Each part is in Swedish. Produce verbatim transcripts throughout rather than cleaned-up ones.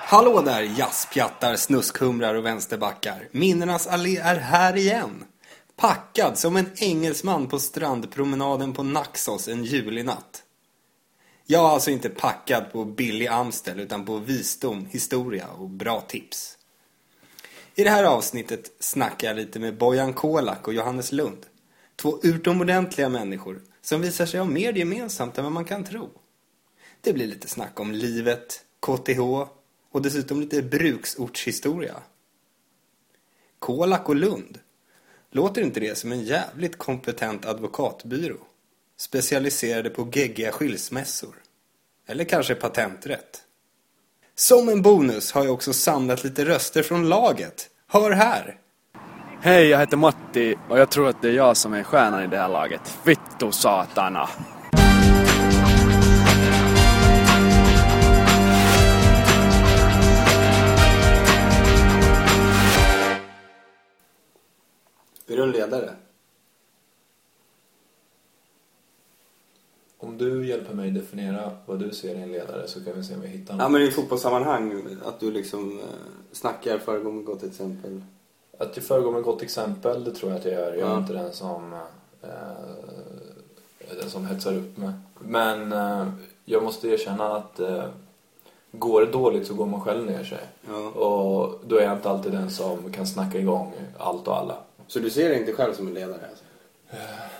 Hallå där, jazzpjattar, snuskhumrar och vänsterbackar. Minnenas allé är här igen. Packad som en engelsman på strandpromenaden på Naxos en julinatt. Jag är alltså inte packad på billig Amstel utan på visdom, historia och bra tips. I det här avsnittet snackar jag lite med Bojan Kolak och Johannes Lund. Två utomordentliga människor som visar sig ha mer gemensamt än vad man kan tro. Det blir lite snack om livet, K T H och dessutom lite bruksortshistoria. Kolak och Lund. Låter inte det som en jävligt kompetent advokatbyrå? Specialiserade på geggiga skilsmässor. Eller kanske patenträtt. Som en bonus har jag också samlat lite röster från laget. Hör här! Hej, jag heter Matti och jag tror att det är jag som är stjärnan i det här laget. Vittu satana! Är du en ledare? Om du hjälper mig definiera vad du ser i en ledare så kan vi se om vi hittar något. Ja, men i fotbollssammanhang att du liksom eh, snackar föregår med gott exempel. Att jag föregår med gott exempel, det tror jag att jag gör. Jag är ja. inte den som eh, den som hetsar upp mig. Men eh, jag måste erkänna att eh, går det dåligt så går man själv ner sig. Ja. Och då är jag inte alltid den som kan snacka igång allt och alla. Så du ser dig inte själv som en ledare? Alltså? Eh,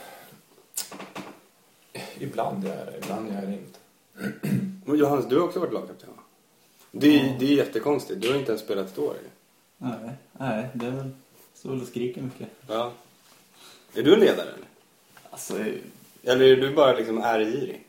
ibland är det, ibland är det inte. Men Johannes, du har också varit lagkapten. Det är, ja. det är jättekonstigt. Du har inte ens spelat ett år. Nej, nej, det är väl så det skriker mycket. Ja. Är du en ledare eller? Alltså, eller är du bara liksom ärgirig?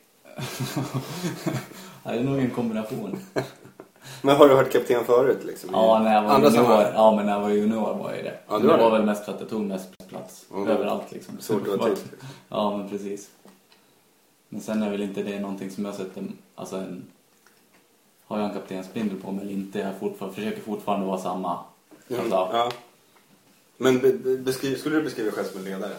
det är nog en kombination. Men har du hört kapten förut liksom? Ja, när jag var Andra junior. Ja, men när jag var junior var jag det. Ja, det var, var det. väl mest för att jag tog mest plats. Mm. Överallt liksom. Så du var typ. Ja, men precis. Men sen är väl inte det någonting som jag sett en, alltså en, har jag en kaptensbindel på mig eller inte. Jag fortfarande, försöker fortfarande vara samma. Mm. Alltså. Ja. Men be, be, beskriv, skulle du beskriva dig själv som en ledare?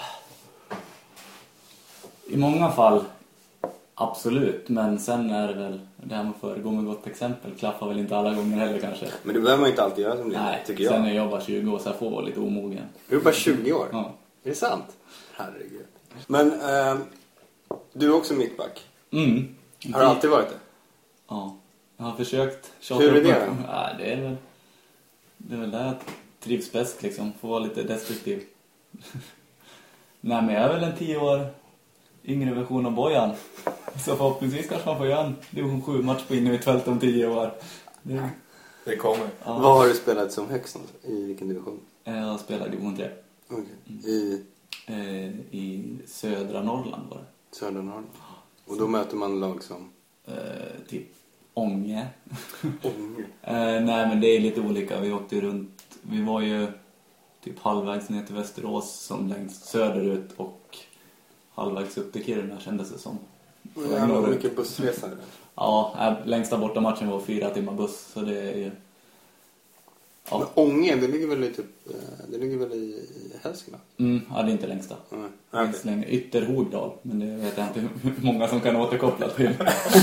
I många fall absolut, men sen är det väl det här med att föregå med gott exempel klaffar väl inte alla gånger heller kanske. Men det behöver man inte alltid göra som ledare, nej, tycker jag. Sen är jag bara tjugo år så jag får vara lite omogen. Du är bara tjugo år? Ja. Är det sant? Herregud. Men eh, du är också mittback. Mm. Har du alltid varit det? Ja. Jag har försökt. Hur är det då? Ja, det är väl det är väl där jag trivs bäst liksom. Få vara lite destruktiv. Nej, men jag är väl en tio år yngre version av Bojan. Så förhoppningsvis kanske man får göra en division sju match på inne i tvält om tio år. Det, det kommer. Ja. Vad har du spelat som högst? I vilken division? Jag spelar division tre. Okay. I? Eh, I södra Norrland var det. Södra Norrland. Och då möter man lag som? Eh, typ Ånge. Ånge? eh, nej, men det är lite olika. Vi åkte runt. Vi var ju typ halvvägs ner till Västerås som längst söderut och halvvägs upp till Kiruna kändes det som. Det är nog mycket bussresor. Ja, längsta borta matchen var fyra timmar buss, så det är ju... Ja. Men Ånge, det ligger väl i typ, det ligger väl i Hälsingland? Mm, ja, det är inte längsta. Mm. Längst längre, Ytterhogdal, men det vet jag inte hur många som kan återkoppla till.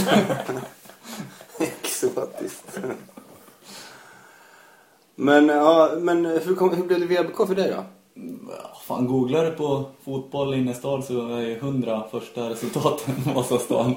Exotiskt. Men, ja, men hur, kom, hur blev det V B K för dig då? Fan, googlar du på fotboll i Nästad så är ju hundra första resultaten Vasastan.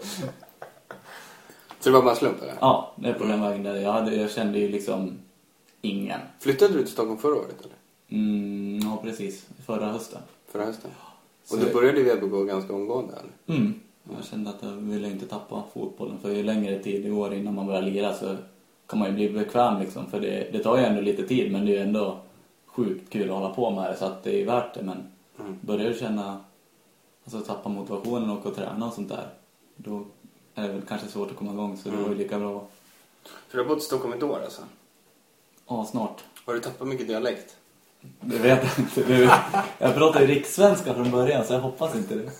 Så det var bara slump eller? Ja, det är på den vägen där. Jag, hade, jag kände ju liksom ingen. Flyttade du till Stockholm förra året eller? Mm, ja, precis. Förra hösten. Förra hösten? Så och då började V B K ganska omgående eller? Mm. Jag kände att jag ville inte tappa fotbollen. För ju längre tid det går innan man börjar lira så kan man ju bli bekväm liksom. För det, det tar ju ändå lite tid, men det är ju ändå sjukt kul att hålla på med det, så att det är värt det. Men mm. börjar du känna, alltså tappa motivationen och att träna och sånt där, då är det väl kanske svårt att komma igång, så mm. det var ju lika bra. För du har bott i Stockholm ett år alltså? Ja, snart. Har du tappat mycket dialekt? Det vet jag inte. Du, jag pratar ju rikssvenska från början, så jag hoppas inte det.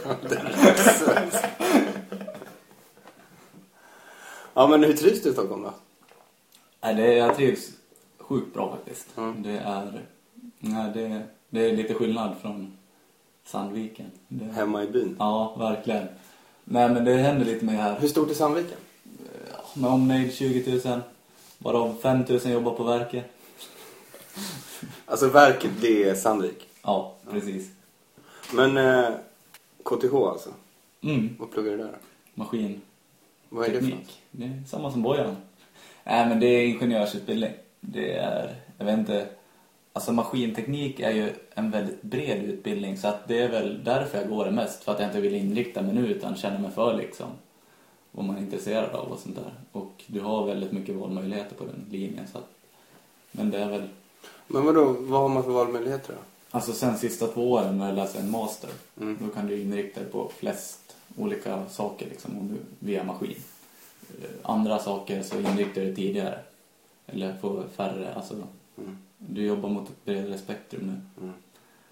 Ja, men hur trivs du i Stockholm då? Nej, det, jag trivs sjukt bra faktiskt. Mm. Det är nej, det, det är lite skillnad från Sandviken. Det, hemma i byn? Ja, verkligen. Nej, men det händer lite mer här. Hur stort är Sandviken? Ja, med omnejd tjugo tusen. Varav fem tusen jobbar på verket. Alltså verket, det är Sandvik. Ja, precis. Men eh, K T H alltså? Mm. Vad pluggar du där? Maskin. Vad är Teknik. det för något? Det är samma som Bojan. Nej, men det är ingenjörsutbildning. Det är, jag vet inte, alltså maskinteknik är ju en väldigt bred utbildning, så att det är väl därför jag går det mest, för att jag inte vill inrikta mig nu utan känner mig för liksom vad man är intresserad av och sånt där. Och du har väldigt mycket valmöjligheter på den linjen, så att, men det är väl. Men vadå, vad har man för valmöjligheter då? Alltså sen sista två åren när jag läser en master, Mm. då kan du inrikta dig på flest olika saker liksom, om du, via maskin. Andra saker så inriktar du tidigare. Eller får färre, alltså Mm. du jobbar mot ett bredare spektrum nu. Mm.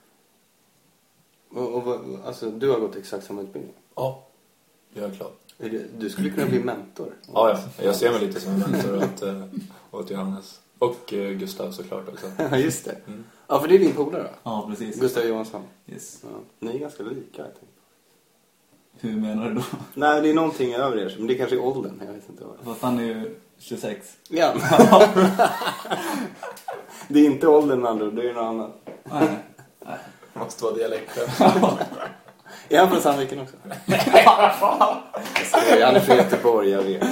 Och, och vad, alltså du har gått exakt samma utbildning? Ja, jag är klar. Är det, du skulle kunna bli mentor? Ja, ja. Jag ser mig lite som en mentor åt, äh, åt Johannes. Och äh, Gustav såklart också. Ja, just det. Mm. Ja, för det är din polare då? Ja, precis. Gustav Johansson. Yes. Ja. Ni är ganska lika, jag tänkte. Hur menar du då? Nej, det är någonting över er. Men det är kanske är åldern, jag vet inte vad. Fast han är ju tjugosex. Ja. Det är inte åldern med andra, det är något annat. Nej. Nej. Det måste vara dialekten. Är han från Sandviken också? Han är från Göteborg, jag vet.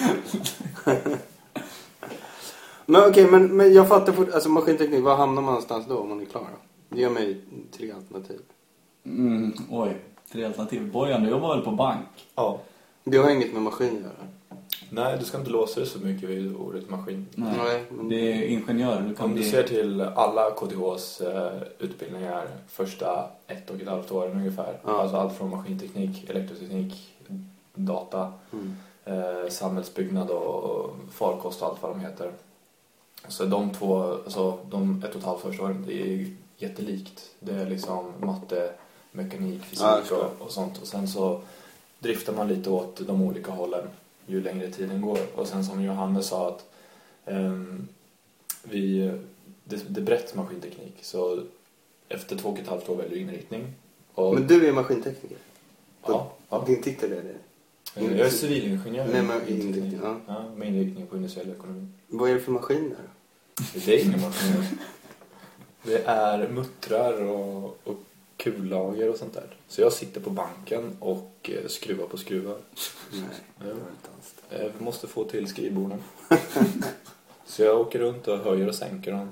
Men okej, okay, men, men jag fattar fort, alltså maskinteknik, var hamnar man någonstans då om man är klar då? Det gör mig tre alternativ. Mm, oj, tre alternativ. Bojan, du jobbar väl på bank? Ja. Det har inget med maskin att göra. Nej, du ska inte låsa det så mycket vid ordet maskin. Nej, Nej, men... det är ingenjör. Du kan Om du bli... ser till alla K T Hs eh, utbildningar första ett och ett halvt åren ungefär. Ja. Alltså allt från maskinteknik, elektroteknik, data, Mm. eh, samhällsbyggnad och farkost och allt vad de heter. Så de två, alltså de ett och ett halvt första åren, det är jättelikt. Det är liksom matte, mekanik, fysik Ja, och, och sånt. Och sen så driftar man lite åt de olika hållen ju längre tiden går. Och sen som Johannes sa att um, vi, det, det är brett maskinteknik. Så efter två och ett halvt år väljer inriktning. Och, Men du är maskintekniker? ja, ja. Din titel är det? Jag är civilingenjör. Nej, men i inriktning, teknik. ja. Ja, med inriktning på industriell ekonomi. Vad är det för maskiner? Det är inga maskiner. Det är muttrar och, och kullager och sånt där. Så jag sitter på banken och eh, skruvar på skruvar. Nej, det Ja. var inte alls det. Jag måste få till skrivborden. Så jag åker runt och höjer och sänker dem.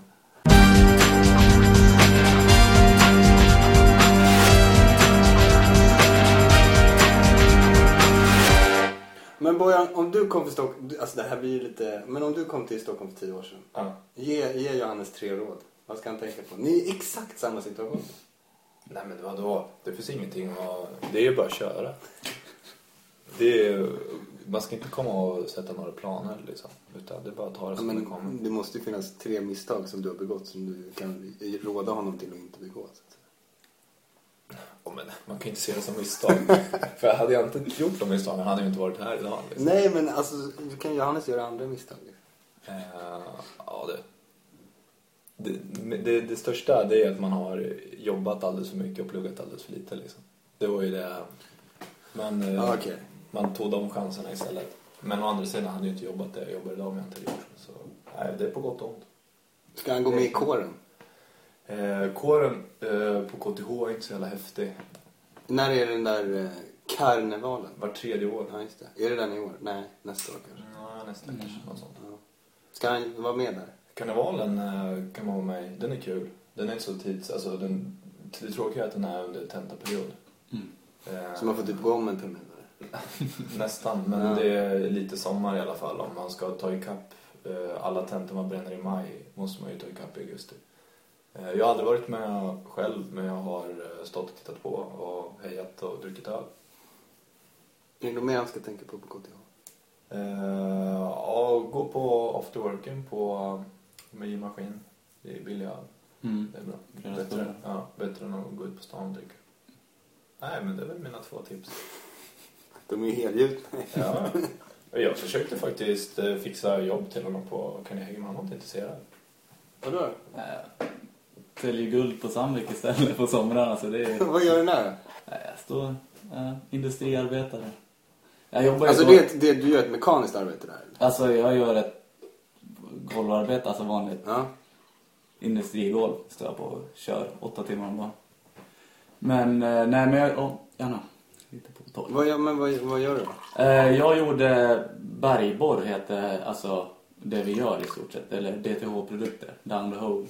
Men Bojan, om du kom till Stockholm, alltså det här blir ju lite, men om du kom till Stockholm för tio år sedan, Ja. ge, ge Johannes tre råd. Vad ska han tänka på? Ni är i exakt samma situation. Nej men vadå? Det finns ingenting att... Det är ju bara att köra. Det är... Man ska inte komma och sätta några planer liksom. Utan det är bara att ta det som Ja, det men kommer. det måste ju finnas tre misstag som du har begått som du kan råda honom till att inte begå. Så att säga. Oh, men man kan inte se det som misstag. För hade jag inte gjort de misstagen hade jag ju inte varit här idag. Liksom. Nej, men alltså, du kan Johannes göra andra misstag. Uh, ja, det... Det, det... det största det är att man har jobbat alldeles för mycket och pluggat alldeles för lite. Liksom. Det var ju det... Men uh, Ah, okay. man tog de chanserna istället. Men å andra sidan hade jag inte jobbat det jag jobbar idag om jag inte hade gjort. Så nej, det är på gott och ont. Ska han gå med i kåren? Eh, kåren eh, på K T H är inte så jävla häftig. När är den där eh, karnevalen? Var tredje år. Ja, just det. Är det den i år? Nej, nästa år kanske. Ja, nästan kanske. Något sånt. Ja. Ska han vara med där? Karnevalen eh, kan vara med. Den är kul. Den är inte så tids... Alltså, den, det tråkiga är att den är under tentaperiod. Mm. Eh, Så man får typ gå om en termin? nästan, men Ja. det är lite sommar i alla fall. Om man ska ta ikapp eh, alla tentor man bränner i maj måste man ju ta ikapp i augusti. Eh, jag har aldrig varit med själv, men jag har eh, stått och tittat på och hejat och druckit öl. Är det något mer han ska tänka på på K T H? Eh, ja, gå på afterworken på med maskin. Det är billiga öl. Mm. Det är bra. Det är Bättre, bra. ja, bättre än att gå ut på stan och dricka. Nej, men det är väl mina två tips. De är ju helgjutna. Ja. Jag försökte faktiskt eh, fixa jobb till honom på Carnegie, men han var inte intresserad. Vadå? Äh, säljer guld på Sandvik istället på somrarna. Så det är... Vad gör du där? Nej, jag står äh, industriarbetare. Jag jobbar ju Alltså på... det, det, du gör ett mekaniskt arbete där? Eller? Alltså jag gör ett golvarbete, alltså vanligt. Ja. Industrigolv står jag på och kör åtta timmar om dagen. Men, eh, nej men jag... Oh, gärna. Lite på tolv. Vad, gör- men vad, vad gör du då? Eh, jag gjorde bergborr, heter alltså det vi gör i stort sett. Eller D T H-produkter. Down the hole.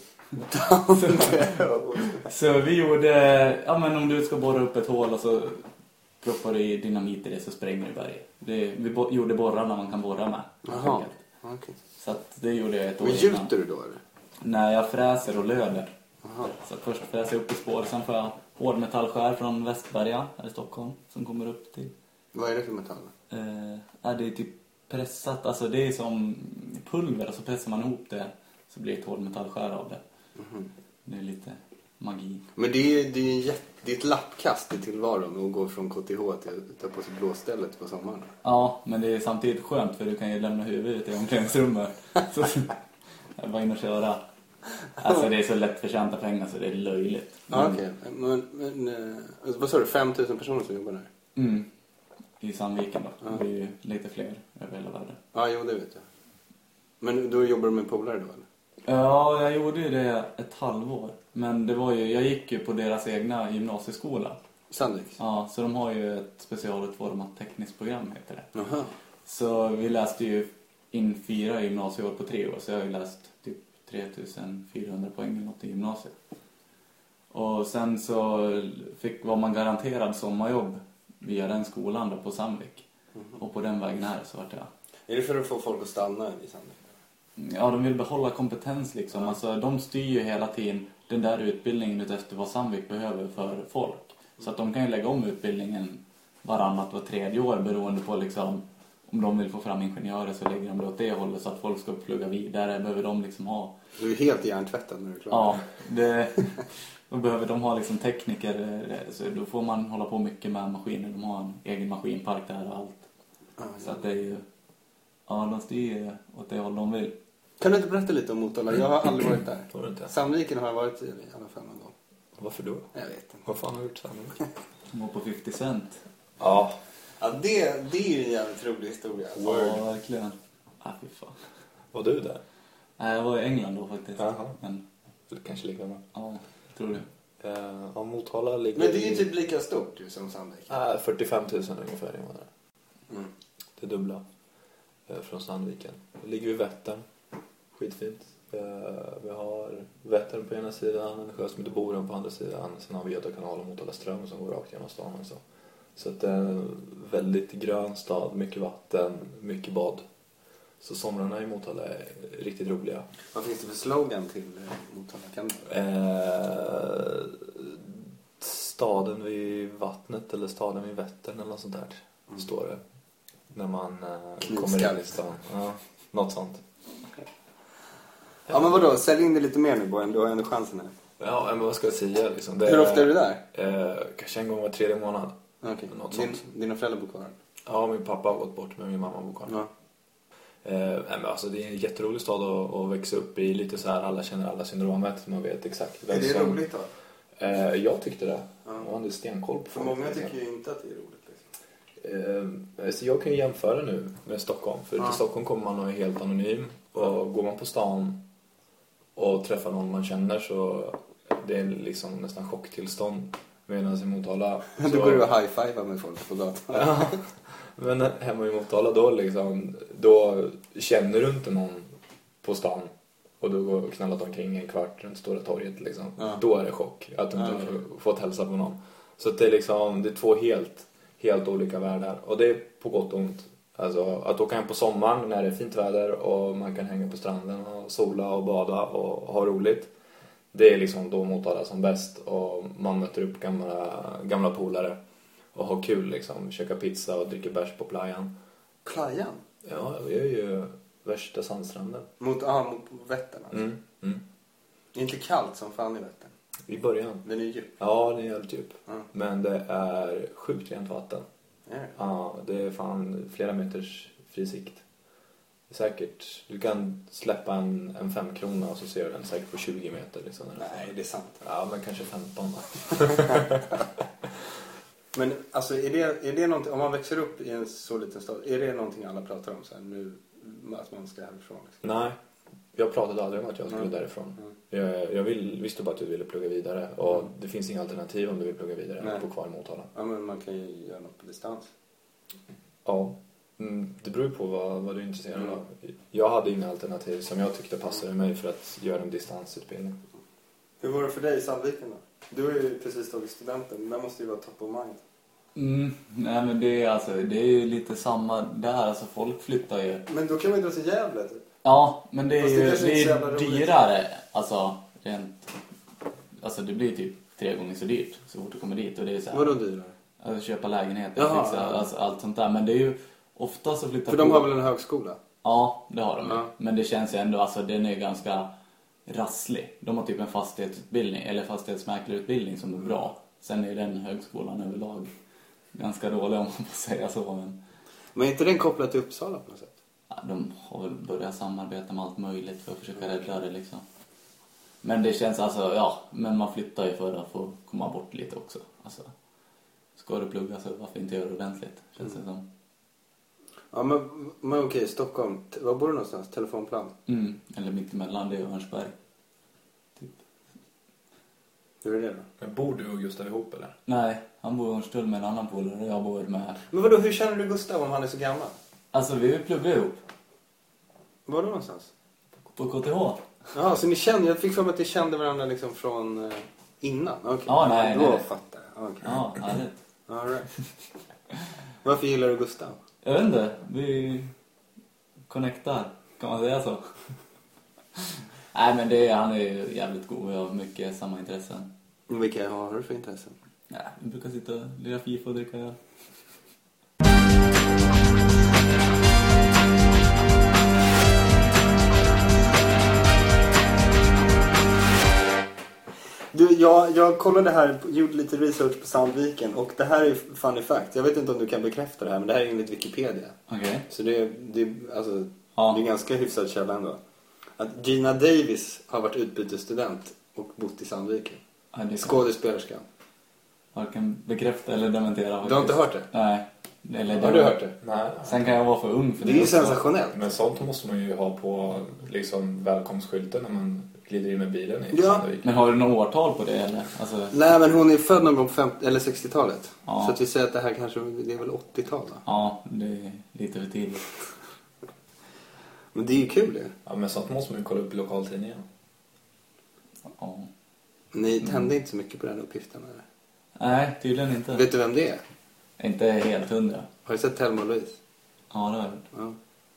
Så vi gjorde... Ja men om du ska borra upp ett hål och så proppar du i dynamit i det så spränger du berg. Det, vi bo- gjorde borrarna man kan borra med. Jaha, okej. Så att det gjorde jag ett år Men innan. gjuter du då eller? Nej, jag fräser och löder. Jaha. Så att först fräser jag upp i spår, sen får jag hårdmetallskär från Västberga här i Stockholm som kommer upp till. Vad är det för metall? Eh, är det är typ pressat, alltså det är som pulver och så pressar man ihop det så blir det ett hårdmetallskär av det. Mhm. Det är lite magi. Men det är, det är, en jätte, det är ett lappkast i tillvaron att gå från K T H till att ta på sig blåstället på sommaren. Ja, men det är samtidigt skönt för du kan ju lämna huvudet i omklädningsrummet. Så jag bara in och köra. Alltså det är så lätt förtjänta pengar så det är löjligt. Ja, okej. Men, men eh, alltså, vad sa du? fem tusen personer som jobbar där? Mm. I Sandviken då. Ja. Det är ju lite fler över hela världen. Ja, jo, det vet jag. Men då jobbar du med polare då, eller? Ja, jag gjorde ju det ett halvår. Men det var ju, jag gick ju på deras egna gymnasieskola. Sandvik? Ja, så de har ju ett specialutformat tekniskt program heter det. Jaha. Så vi läste ju in fyra gymnasieår på tre år. Så jag har ju läst typ tre tusen fyrahundra poäng eller något i gymnasiet. Och sen så fick, var man garanterad sommarjobb via den skolan då på Sandvik. Mm. Och på den vägen här så vart jag... Är det för att få folk att stanna i Sandvik? Ja, de vill behålla kompetens liksom. Ja. Alltså, de styr ju hela tiden den där utbildningen utefter vad Sandvik behöver för folk. Så att de kan ju lägga om utbildningen varannat och tredje år beroende på liksom om de vill få fram ingenjörer så lägger de det åt det hållet så att folk ska plugga vidare. Behöver de liksom ha... Du är helt hjärntvättad när du är klar. Ja, det... Då behöver de ha liksom tekniker. Så då får man hålla på mycket med maskiner. De har en egen maskinpark där och allt. Ja, Så att det är ju... Ja, de styr åt det håll de vill. Kan du inte berätta lite om Motala? Jag har aldrig varit där. Tror du inte? Sandviken har jag varit i i alla fall någon gång. Varför då? Jag vet inte. Vad fan har du gjort sen? De var på femtio cent. Ja. Ja, det, det är ju en jävligt rolig historia. Alltså. Ja, verkligen. Ah, fy fan. Var du där? Nej, jag var i England då faktiskt. Jaha. Men, Eller kanske lika bra. ja, tror du. Eh, ja, Motala ligger... Men det är ju typ lika stort ju som Sandvik. Äh, fyrtiofem tusen ungefär invånare. Mm. Det dubbla. Eh, från Sandviken. Det ligger vid Vättern. Skitfint. Eh, vi har Vättern på ena sidan, en sjö som heter Boren på andra sidan. Sen har vi Göta kanal och Motala ström som går rakt genom stan också. Så att det är en väldigt grön stad, mycket vatten, mycket bad. Så somrarna i Motala är riktigt roliga. Vad finns det för slogan till eh, Motala? Kan du? Eh, staden vid vattnet eller staden vid Vättern eller något sånt där Mm. står det. När man eh, Knivskalligt. kommer in i stan. Ja, något sånt. Ja, men vadå? Sälj in det lite mer nu, Bojan. Du har ju ändå chansen här. Ja, men vad ska jag säga liksom? Det Hur ofta är du där? Eh, kanske en gång var tredje månad. Okej. Något Din, sånt. dina föräldrar bor kvar? Ja, min pappa har gått bort men min mamma bor kvar. Ja. Eh, men alltså, det är en jätterolig stad att, att växa upp i. Lite så här, alla känner alla syndromet. Man vet exakt vem Är det som... roligt då? Eh, jag tyckte det. Ja. Jag hade stenkoll på För folk, många liksom. tycker ju inte att det är roligt. Liksom. Eh, så jag kan ju jämföra nu med Stockholm. För Ja. till Stockholm kommer man och är helt anonym. Och går man på stan och träffar någon man känner så det är liksom nästan chocktillstånd. Medan i Motala... Då så- går du och high-fivar med folk på gatan. Ja, men hemma i Motala då liksom, då känner du inte någon på stan och du går och knallat omkring en kvart runt Stora torget liksom. Ja. Då är det chock att du inte Ja, okej. har fått hälsa på någon. Så att det är liksom, det är två helt, helt olika världar och det är på gott och ont. Alltså att åka hem på sommaren när det är fint väder och man kan hänga på stranden och sola och bada och ha roligt. Det är liksom då Motala som bäst och man möter upp gamla, gamla polare och har kul liksom, käka pizza och dricka bärs på playan. Playan? Ja, vi är ju värsta sandstranden. Mot, aha, mot Vättern alltså. Mm, mm. Det är inte kallt som fan i Vättern. I början. Den är djup. Ja, det är jävligt djup. Ja. Men det är sjukt rent vatten. Är det? Ja, det är fan flera meters frisikt. Säkert, du kan släppa en, en fem krona och så ser du den säkert på tjugo meter liksom. Nej, det är sant. Ja, men kanske femton då. Men alltså är det, är det någonting, om man växer upp i en så liten stad, är det någonting alla pratar om så här, nu att man ska härifrån? Liksom? Nej, jag pratade aldrig om att jag skulle mm. därifrån. Mm. Jag, jag vill, visste bara att du ville plugga vidare. Och mm. det finns inga alternativ om du vill plugga vidare. Nej. Bo kvar i Motala. Ja, men man kan ju göra något på distans. Ja, mm, det beror på vad, vad du är intresserad mm. av. Jag hade inga alternativ som jag tyckte passade mig för att göra en distansutbildning. Hur var det för dig i Sandviken då? Du är ju precis tagit studenten. Det måste ju vara top of mind. Mm, nej men det är, alltså, det är ju lite samma där. Alltså folk flyttar ju. Men då kan man ju dra till Gävle typ. Ja, men det är Fast ju det det är dyrare. Alltså, rent, alltså det blir typ tre gånger så dyrt så fort du kommer dit. Och det är så här, vadå dyrare? Alltså köpa lägenheter, fixa, alltså, allt sånt där. Men det är ju ofta så flyttar. För de har väl en högskola? Ja, det har de. Ja. Men det känns ju ändå, alltså den är ganska rasslig. De har typ en fastighetsutbildning eller fastighetsmäklarutbildning som är bra. Sen är den högskolan överlag ganska dålig om man får säga så. Men, men är inte den kopplad till Uppsala på något sätt? Ja, de har väl börjat samarbeta med allt möjligt för att försöka rädda det liksom. Men det känns alltså, ja, men man flyttar ju för att få komma bort lite också. Alltså, ska du plugga så varför inte göra det ordentligt, känns mm. det som. Ja, men, men okej, Stockholm. Var bor du någonstans? Telefonplan? Mm, eller mitt emellan, det är Örnsberg. Typ. Hur är det då? Men bor du och Gustav ihop eller? Nej, han bor i Örnstull med en annan polare och jag bor med. Men vadå, hur känner du Gustav om han är så gammal? Alltså, vi pluggar ihop. Var då någonstans? På K T H. Ja, så ni kände, jag fick för mig att ni kände varandra liksom från eh, innan. Okej. Okay. Ja, nej, då nej. fattar jag. Okay. Ja, härligt. All right. Varför gillar du Gustav? Jag vet inte, vi connectar, kan man säga så? Nej, men det är, han är ju jävligt god och jag har mycket samma intressen. Vilka har du för intressen? Ja, vi brukar sitta och lira FIFA och dricka öl. Du, jag, jag kollade här, gjorde lite research på Sandviken och det här är funny fact. Jag vet inte om du kan bekräfta det här, men det här är enligt Wikipedia. Okej. Okay. Så det, det, alltså, ja. det är ganska hyfsad källa ändå. Att Gina Davis har varit utbytesstudent och bott i Sandviken. Ja, skådespelerskan. Varken bekräfta eller dementera. Faktiskt. Du har inte hört det? Nej. Eller har du hört det? Nej. Sen kan jag vara för ung för det. Det är ju sensationellt. Men sånt måste man ju ha på liksom välkomstskylten när man glider in med bilen i ja. Sandviken. Men har du något årtal på det eller? Alltså... Nej, men hon är född någon gång på femtio eller sextiotalet. Ja. Så att vi säger att det här kanske det är väl åttiotal då? Ja, det är lite för tidigt. Men det är ju kul det. Ja, men sånt måste man ju kolla upp i lokaltidningen. Ja. Ni tände mm. inte så mycket på den uppgiften eller? Nej, tydligen inte. Vet du vem det är? Inte helt hundra. Har du sett Thelma och Louise? Ja, det har jag gjort. Ja.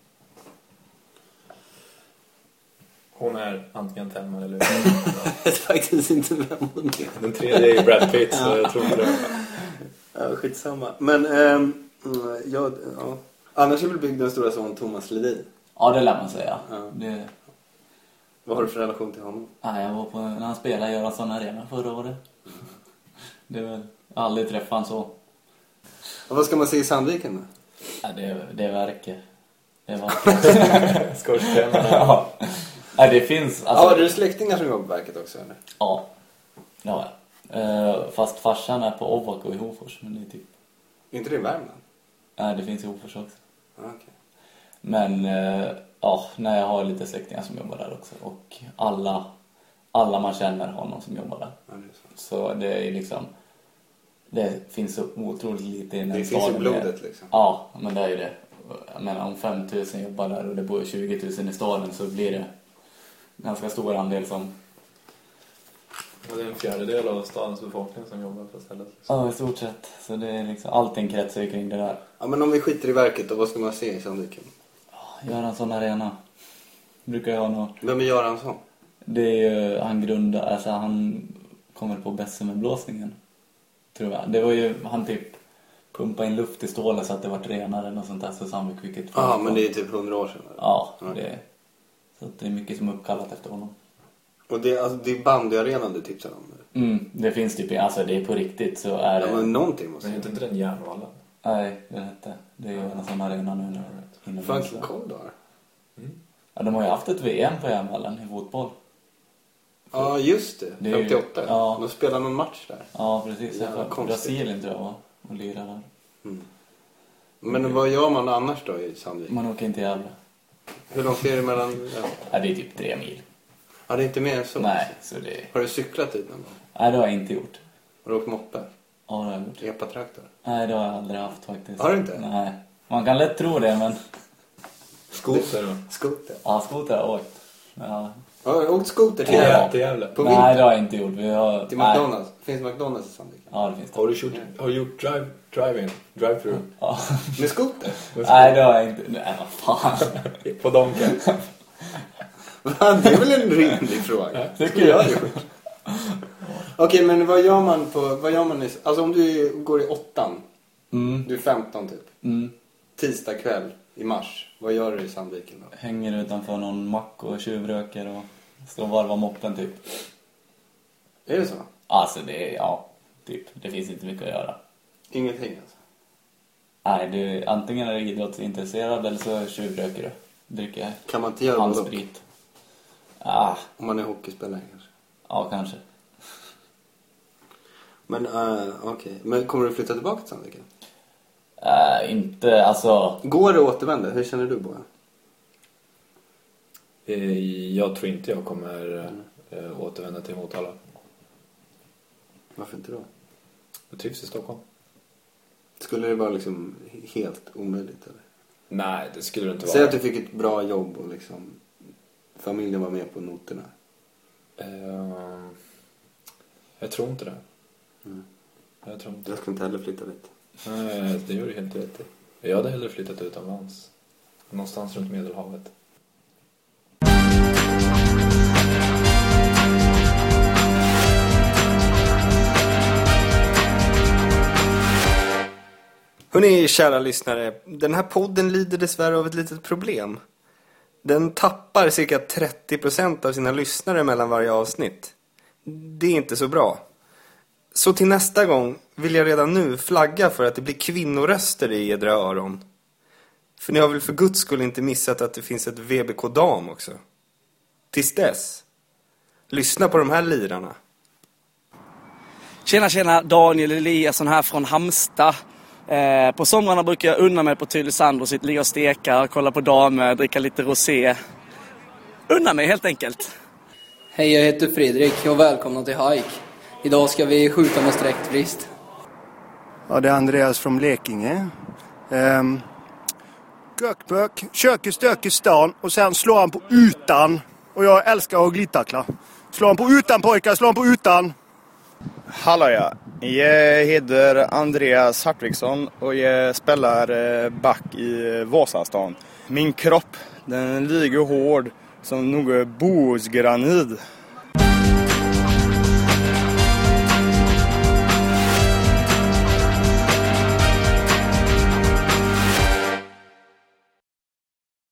Hon är antingen Thelma eller jag vet faktiskt inte vem hon är. Den tredje är ju Brad Pitt, så jag tror inte det. Ja, skitsamma. Men, ähm, ja, ja. Annars är väl byggden stora son Thomas Ledin? Ja, det lär man säga. Ja. Det... Vad har du för relation till honom? Ja, jag var på när han spelade i Göransson Arena förra året. Mm. Det är väl, jag har aldrig träffat han så. Och vad ska man se i Sandviken då? Ja, det, det verkar. Det var Skorstenarna. Ja. Ja, det finns alltså... Ja, är det släktingar som jobbar på verket också eller? Ja. Ja. Uh, fast farsan är på Ovako i Hofors, men det är typ. Inte det i Värmland? Nej, det finns i Hofors också. Ah, okay. Men uh, ja, när jag har lite släktingar som jobbar där också och alla alla man känner har någon som jobbar där. Ja, det är så. Så det är liksom det finns så otroligt lite i den det finns i blodet liksom. Ja, men det är ju det. Jag menar, om fem tusen jobbar där och det bor tjugo tusen i staden så blir det ganska stor andel som... Ja, det är en fjärdedel av stadens befolkning som jobbar på stället. Liksom. Ja, i stort sett. Så det är liksom, allting kretsar ju kring det där. Ja, men om vi skiter i verket då, vad ska man se i Sandviken? Ja, Göransson Arena. Brukar jag ha något. Vem är Göransson? Det är ju, han grundar, alltså han kommer på Bessemerblåsningen. Tror jag. Det var ju, han typ pumpa in luft i stålen så att det var renare och sånt där, så Sandvik fick ett... Ja, men det är typ hundra år sedan. Eller? Ja, det är, så att det är mycket som är uppkallat efter honom. Och det, alltså, det är bandyarenan du tipsar om? Eller? Mm, det finns typ, alltså det är på riktigt så är det... Ja, men någonting måste... Men är inte den järnvallen? Nej, det är inte. Det är ju en sån arena nu. nu Fan, koll då. Mm. Ja, de har ju haft ett V M på järnvallen i fotboll. Ja, just det. det femtioåtta. Ju, ja. De spelar någon match där. Ja, precis. Ja, Brasilien tror jag var. och lirar där. Mm. Men vad gör man annars då i Sandviken? Man åker inte i Gävle. Hur långt är det mellan... Ja. Ja, det är typ tre mil. Ja, det är inte mer än så? Nej, så det... Har du cyklat dit någon gång? Nej, det har jag inte gjort. Har du åkt moppe? Ja, det har jag gjort. Epatraktor? Nej, det har jag aldrig haft faktiskt. Har du inte? Nej. Man kan lätt tro det, men... Skoter då? Skoter? Ja, skoter har jag åkt. Ja. Har du åkt skoter till Ja, Gävle? till Gävle. På Nej, vintern? det har jag inte gjort. Vi har... Till Nej. McDonalds? Finns McDonalds i Sandviken? Ja, det finns det. Har du gjort, har du gjort drive, drive-in? Drive-through? Ja. Med skoter? Nej, det har jag inte. Nej, vad fan. På Donken? Det är väl en rimlig fråga? Tycker jag. Okej, men vad gör man på... Vad gör man i... Alltså om du går i åttan. Mm. Du är femton typ. Mm. Tisdag kväll i mars. Vad gör du i Sandviken då? Hänger utanför någon mack och tjuvröker och står och varvar moppen typ. Är det så? Alltså det är, ja, typ. Det finns inte mycket att göra. Ingenting alltså? Nej, du, antingen är du idrottsintresserad eller så tjuvröker du. Dricker Kan man inte göra det då? handsprit. Ja, Om man är hockeyspelare kanske. ja, kanske. Men uh, okej. Okay. Men kommer du flytta tillbaka till Sandviken? Uh, inte, alltså... Går det att återvända? Hur känner du, Bojan? Jag tror inte jag kommer äh, återvända till Motala. Varför inte då? Jag trivs i Stockholm. Skulle det vara liksom helt omöjligt eller? Nej, det skulle det inte vara. Säg att du fick ett bra jobb och liksom familjen var med på noterna. Uh, jag tror inte det. Mm. Jag tror inte. Jag skulle inte heller flytta dit. Nej, det gör du helt rätt i. Jag hade hellre flyttat utomlands. Någonstans runt Medelhavet. Hörrni, kära lyssnare. Den här podden lider dessvärre av ett litet problem. Den tappar cirka trettio procent av sina lyssnare mellan varje avsnitt. Det är inte så bra. Så till nästa gång vill jag redan nu flagga för att det blir kvinnoröster i edra öron. För ni har väl för guds skull inte missat att det finns ett V B K-dam också. Tills dess, lyssna på de här lirarna. Tjena, tjena, Daniel Eliasson här från Halmstad. Eh, på somrarna brukar jag unna mig på Tylösand och sitta ligga och steka, kolla på damer, dricka lite rosé. Unna mig helt enkelt. Hej, jag heter Fredrik och välkomna till Hike. Idag ska vi skjuta med sträckt vrist. Ja, det är Andreas från Blekinge. Um, Gökbök, köker stök i stan och sen slår han på utan. Och jag älskar att glittakla. Slår han på utan pojkar, slår han på utan. Hallå ja, jag heter Andreas Hartvigsson och jag spelar back i Vasastan. Min kropp, den ligger hård som något bohusgranit.